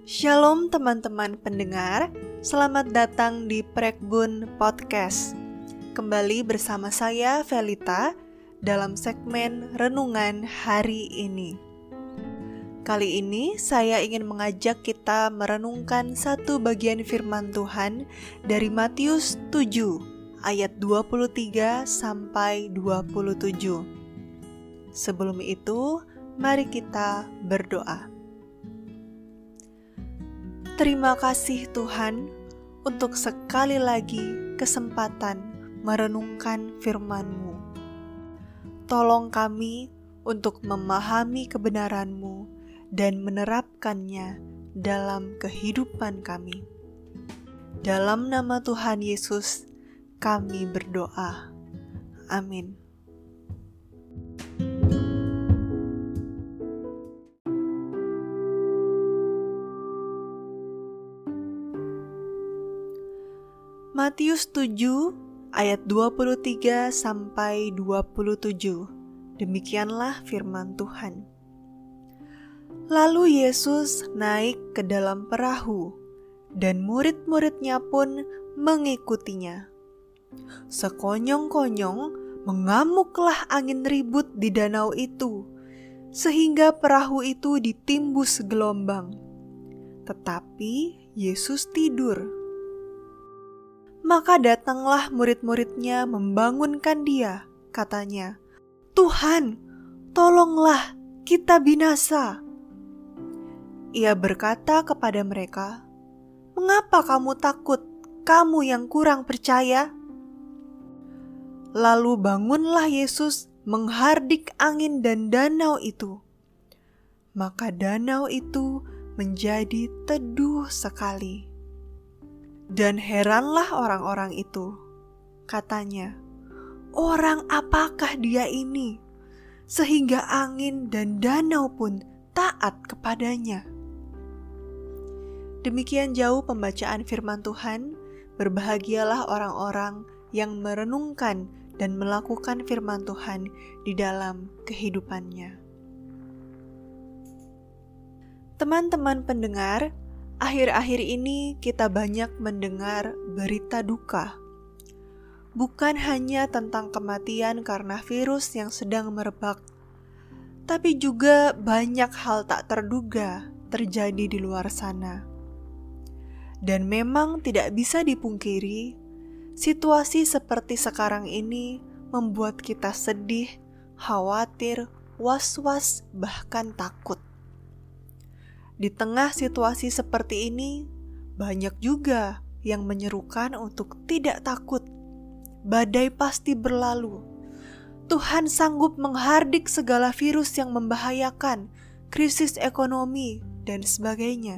Shalom teman-teman pendengar, selamat datang di Prekbun Podcast. Kembali bersama saya Velita dalam segmen Renungan Hari Ini. Kali ini saya ingin mengajak kita merenungkan satu bagian firman Tuhan dari Matius 7 ayat 23 sampai 27. Sebelum itu, mari kita berdoa. Terima kasih Tuhan untuk sekali lagi kesempatan merenungkan firman-Mu. Tolong kami untuk memahami kebenaran-Mu dan menerapkannya dalam kehidupan kami. Dalam nama Tuhan Yesus, kami berdoa. Amin. Matius 7 ayat 23 sampai 27. Demikianlah firman Tuhan. Lalu Yesus naik ke dalam perahu dan murid-muridnya pun mengikutinya. Sekonyong-konyong mengamuklah angin ribut di danau itu, sehingga perahu itu ditimbus gelombang. Tetapi Yesus tidur. Maka datanglah murid-muridnya membangunkan dia, katanya, "Tuhan, tolonglah, kita binasa." Ia berkata kepada mereka, "Mengapa kamu takut, kamu yang kurang percaya?" Lalu bangunlah Yesus menghardik angin dan danau itu. Maka danau itu menjadi teduh sekali. Dan heranlah orang-orang itu. Katanya, "Orang apakah dia ini, sehingga angin dan danau pun taat kepadanya?" Demikian jauh pembacaan firman Tuhan. Berbahagialah orang-orang yang merenungkan dan melakukan firman Tuhan di dalam kehidupannya. Teman-teman pendengar, akhir-akhir ini kita banyak mendengar berita duka. Bukan hanya tentang kematian karena virus yang sedang merebak, tapi juga banyak hal tak terduga terjadi di luar sana. Dan memang tidak bisa dipungkiri, situasi seperti sekarang ini membuat kita sedih, khawatir, was-was, bahkan takut. Di tengah situasi seperti ini, banyak juga yang menyerukan untuk tidak takut. Badai pasti berlalu. Tuhan sanggup menghardik segala virus yang membahayakan, krisis ekonomi, dan sebagainya.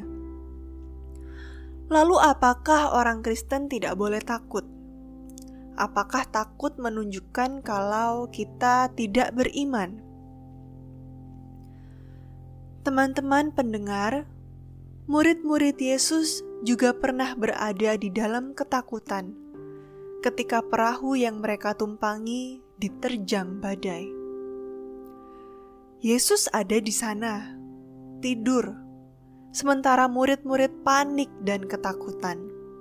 Lalu apakah orang Kristen tidak boleh takut? Apakah takut menunjukkan kalau kita tidak beriman? Teman-teman pendengar, murid-murid Yesus juga pernah berada di dalam ketakutan ketika perahu yang mereka tumpangi diterjang badai. Yesus ada di sana, tidur, sementara murid-murid panik dan ketakutan.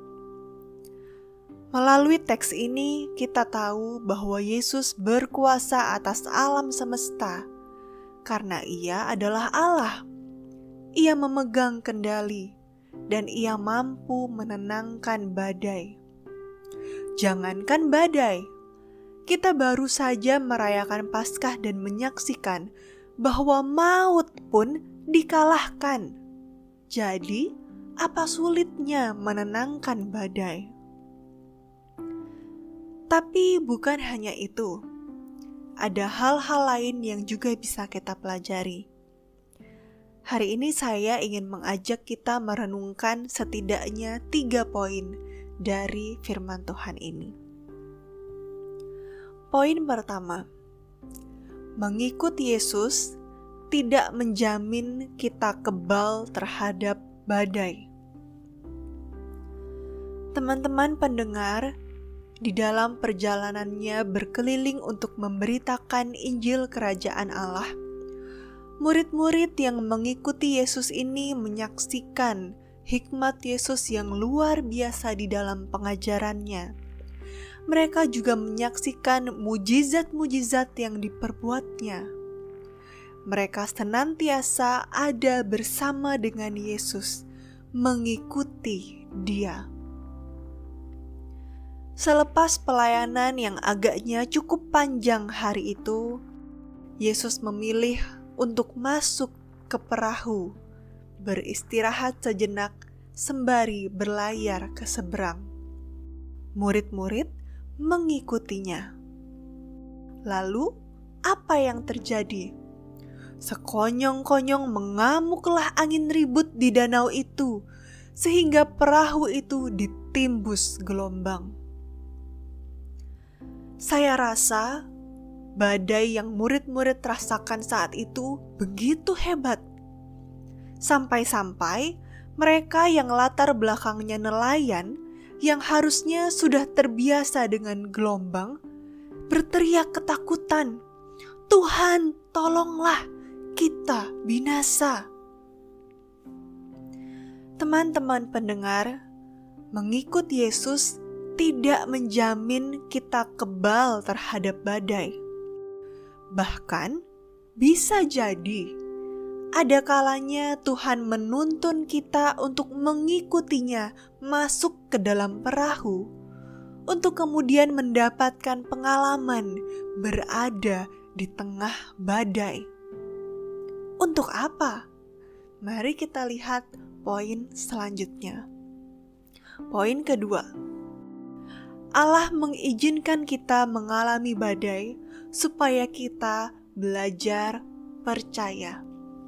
Melalui teks ini, kita tahu bahwa Yesus berkuasa atas alam semesta, karena Ia adalah Allah. Ia memegang kendali dan Ia mampu menenangkan badai. Jangankan badai, kita baru saja merayakan Paskah dan menyaksikan bahwa maut pun dikalahkan. Jadi, apa sulitnya menenangkan badai? Tapi bukan hanya itu. Ada hal-hal lain yang juga bisa kita pelajari. Hari ini saya ingin mengajak kita merenungkan setidaknya 3 poin dari firman Tuhan ini. Poin pertama, mengikut Yesus tidak menjamin kita kebal terhadap badai. Teman-teman pendengar, di dalam perjalanannya berkeliling untuk memberitakan Injil Kerajaan Allah, Murid-murid yang mengikuti Yesus ini menyaksikan hikmat Yesus yang luar biasa di dalam pengajarannya. Mereka juga menyaksikan mujizat-mujizat yang diperbuatnya. Mereka senantiasa ada bersama dengan Yesus, mengikuti Dia. Selepas pelayanan yang agaknya cukup panjang hari itu, Yesus memilih untuk masuk ke perahu, beristirahat sejenak sembari berlayar ke seberang. Murid-murid mengikutinya. Lalu, apa yang terjadi? Sekonyong-konyong mengamuklah angin ribut di danau itu, sehingga perahu itu ditimbus gelombang. Saya rasa badai yang murid-murid rasakan saat itu begitu hebat. Sampai-sampai mereka yang latar belakangnya nelayan, yang harusnya sudah terbiasa dengan gelombang, berteriak ketakutan, "Tuhan, tolonglah, kita binasa." Teman-teman pendengar, mengikut Yesus tidak menjamin kita kebal terhadap badai. Bahkan, bisa jadi ada kalanya Tuhan menuntun kita untuk mengikutinya masuk ke dalam perahu, untuk kemudian mendapatkan pengalaman berada di tengah badai. Untuk apa? Mari kita lihat poin selanjutnya. Poin kedua, Allah mengizinkan kita mengalami badai supaya kita belajar percaya.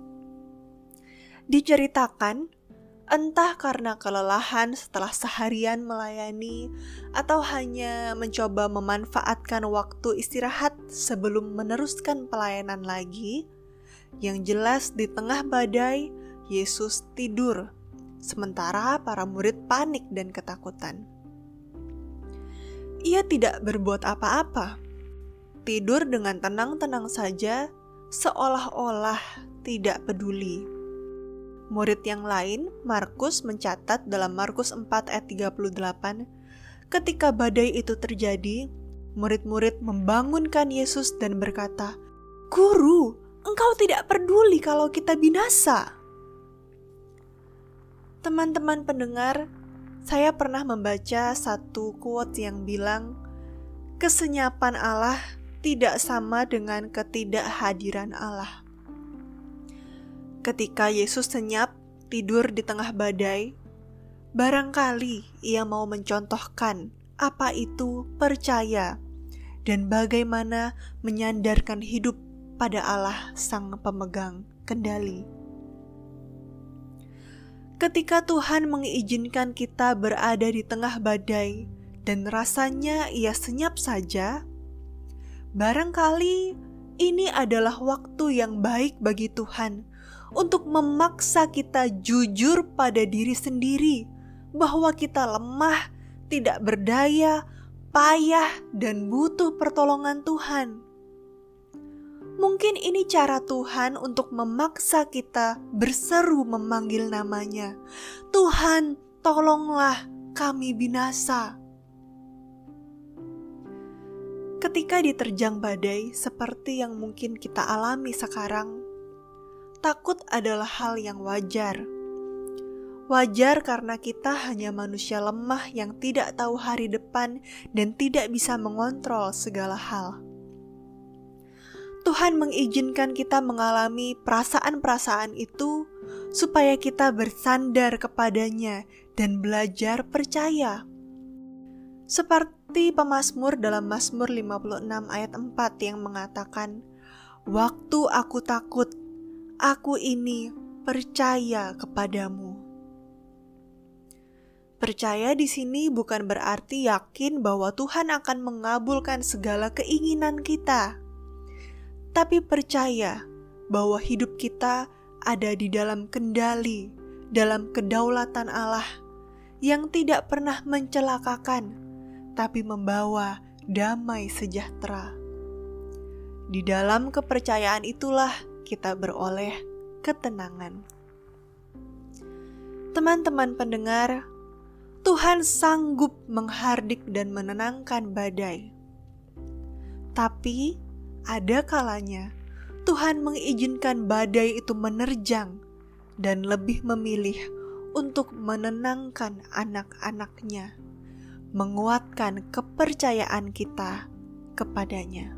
Diceritakan, entah karena kelelahan setelah seharian melayani atau hanya mencoba memanfaatkan waktu istirahat sebelum meneruskan pelayanan lagi, yang jelas di tengah badai, Yesus tidur, sementara para murid panik dan ketakutan. Ia tidak berbuat apa-apa, tidur dengan tenang-tenang saja, seolah-olah tidak peduli. Murid yang lain, Markus mencatat dalam Markus 4 ayat 38, ketika badai itu terjadi, murid-murid membangunkan Yesus dan berkata, "Guru, Engkau tidak peduli kalau kita binasa." Teman-teman pendengar, saya pernah membaca satu quote yang bilang, kesenyapan Allah tidak sama dengan ketidakhadiran Allah. Ketika Yesus senyap tidur di tengah badai, barangkali ia mau mencontohkan apa itu percaya dan bagaimana menyandarkan hidup pada Allah Sang Pemegang Kendali. Ketika Tuhan mengizinkan kita berada di tengah badai dan rasanya ia senyap saja, barangkali ini adalah waktu yang baik bagi Tuhan untuk memaksa kita jujur pada diri sendiri bahwa kita lemah, tidak berdaya, payah, dan butuh pertolongan Tuhan. Mungkin ini cara Tuhan untuk memaksa kita berseru memanggil namanya. Tuhan, tolonglah kami binasa. Ketika diterjang badai seperti yang mungkin kita alami sekarang, takut adalah hal yang wajar. Wajar karena kita hanya manusia lemah yang tidak tahu hari depan dan tidak bisa mengontrol segala hal. Tuhan mengizinkan kita mengalami perasaan-perasaan itu supaya kita bersandar kepadanya dan belajar percaya. Seperti pemazmur dalam Mazmur 56 ayat 4 yang mengatakan, "Waktu aku takut, aku ini percaya kepadamu." Percaya di sini bukan berarti yakin bahwa Tuhan akan mengabulkan segala keinginan kita, tapi percaya bahwa hidup kita ada di dalam kendali, dalam kedaulatan Allah yang tidak pernah mencelakakan, tapi membawa damai sejahtera. Di dalam kepercayaan itulah kita beroleh ketenangan. Teman-teman pendengar, Tuhan sanggup menghardik dan menenangkan badai. Tapi ada kalanya Tuhan mengizinkan badai itu menerjang dan lebih memilih untuk menenangkan anak-anaknya, menguatkan kepercayaan kita kepadanya.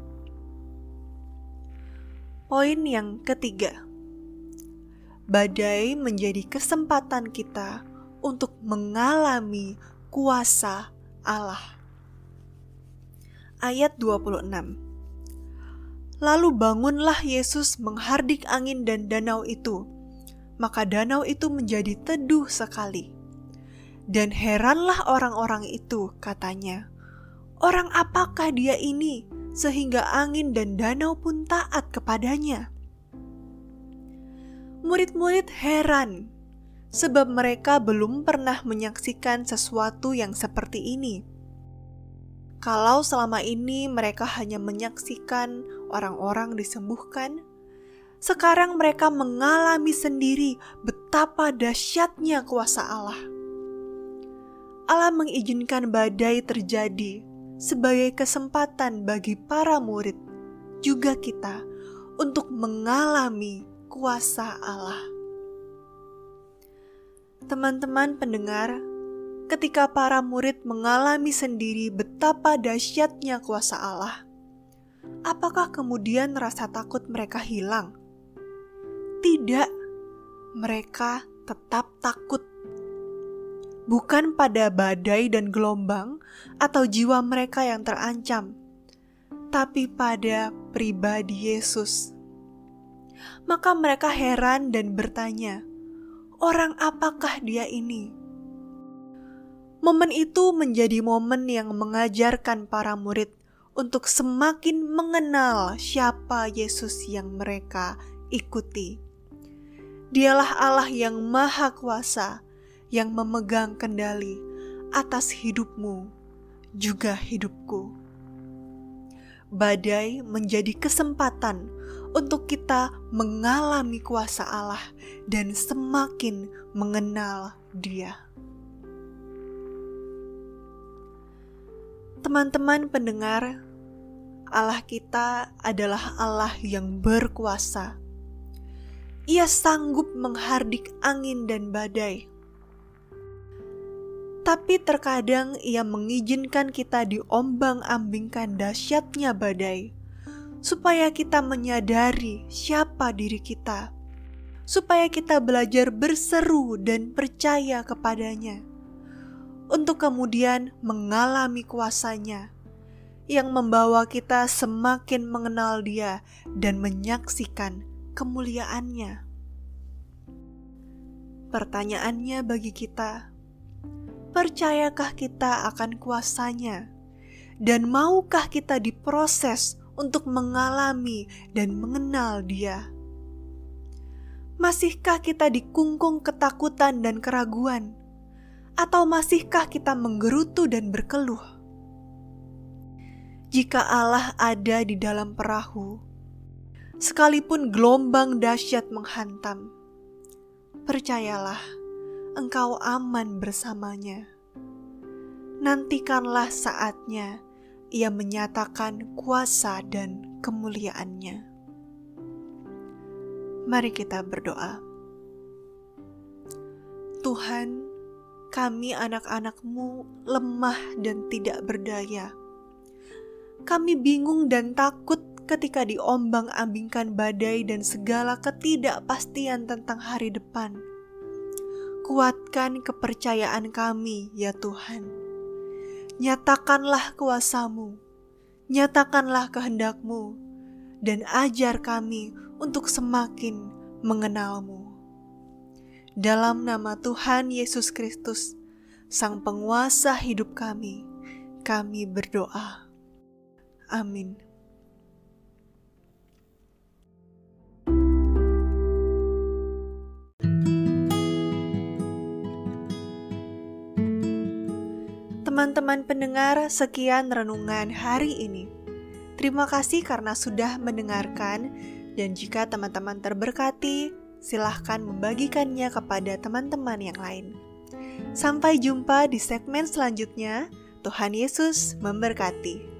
Poin yang ketiga, badai menjadi kesempatan kita untuk mengalami kuasa Allah. Ayat 26. Lalu bangunlah Yesus menghardik angin dan danau itu, maka danau itu menjadi teduh sekali. Dan heranlah orang-orang itu, katanya, orang apakah dia ini sehingga angin dan danau pun taat kepadanya? Murid-murid heran, sebab mereka belum pernah menyaksikan sesuatu yang seperti ini. Kalau selama ini mereka hanya menyaksikan orang-orang disembuhkan, sekarang mereka mengalami sendiri betapa dahsyatnya kuasa Allah. Allah mengizinkan badai terjadi sebagai kesempatan bagi para murid, juga kita, untuk mengalami kuasa Allah. Teman-teman pendengar, ketika para murid mengalami sendiri betapa dahsyatnya kuasa Allah, apakah kemudian rasa takut mereka hilang? Tidak, mereka tetap takut. Bukan pada badai dan gelombang atau jiwa mereka yang terancam, tapi pada pribadi Yesus. Maka mereka heran dan bertanya, orang apakah dia ini? Momen itu menjadi momen yang mengajarkan para murid untuk semakin mengenal siapa Yesus yang mereka ikuti. Dialah Allah yang Maha Kuasa, yang memegang kendali atas hidupmu, juga hidupku. Badai menjadi kesempatan untuk kita mengalami kuasa Allah dan semakin mengenal Dia. Teman-teman pendengar, Allah kita adalah Allah yang berkuasa. Ia sanggup menghardik angin dan badai. Tapi terkadang Ia mengizinkan kita diombang-ambingkan dahsyatnya badai, supaya kita menyadari siapa diri kita, supaya kita belajar berseru dan percaya kepadanya, untuk kemudian mengalami kuasa-Nya yang membawa kita semakin mengenal Dia dan menyaksikan kemuliaan-Nya. Pertanyaannya bagi kita, percayakah kita akan kuasa-Nya? Dan maukah kita diproses untuk mengalami dan mengenal Dia? Masihkah kita dikungkung ketakutan dan keraguan? Atau masihkah kita menggerutu dan berkeluh? Jika Allah ada di dalam perahu, sekalipun gelombang dahsyat menghantam, percayalah, engkau aman bersamanya. Nantikanlah saatnya Ia menyatakan kuasa dan kemuliaan-Nya. Mari kita berdoa. Tuhan, kami anak-anak-Mu lemah dan tidak berdaya. Kami bingung dan takut ketika diombang-ambingkan badai dan segala ketidakpastian tentang hari depan. Kuatkan kepercayaan kami, ya Tuhan. Nyatakanlah kuasa-Mu, nyatakanlah kehendak-Mu, dan ajar kami untuk semakin mengenal-Mu. Dalam nama Tuhan Yesus Kristus, Sang Penguasa hidup kami berdoa. Amin. Teman-teman pendengar, sekian renungan hari ini. Terima kasih karena sudah mendengarkan, Dan jika teman-teman terberkati, silahkan membagikannya kepada teman-teman yang lain. Sampai jumpa di segmen selanjutnya. Tuhan Yesus memberkati.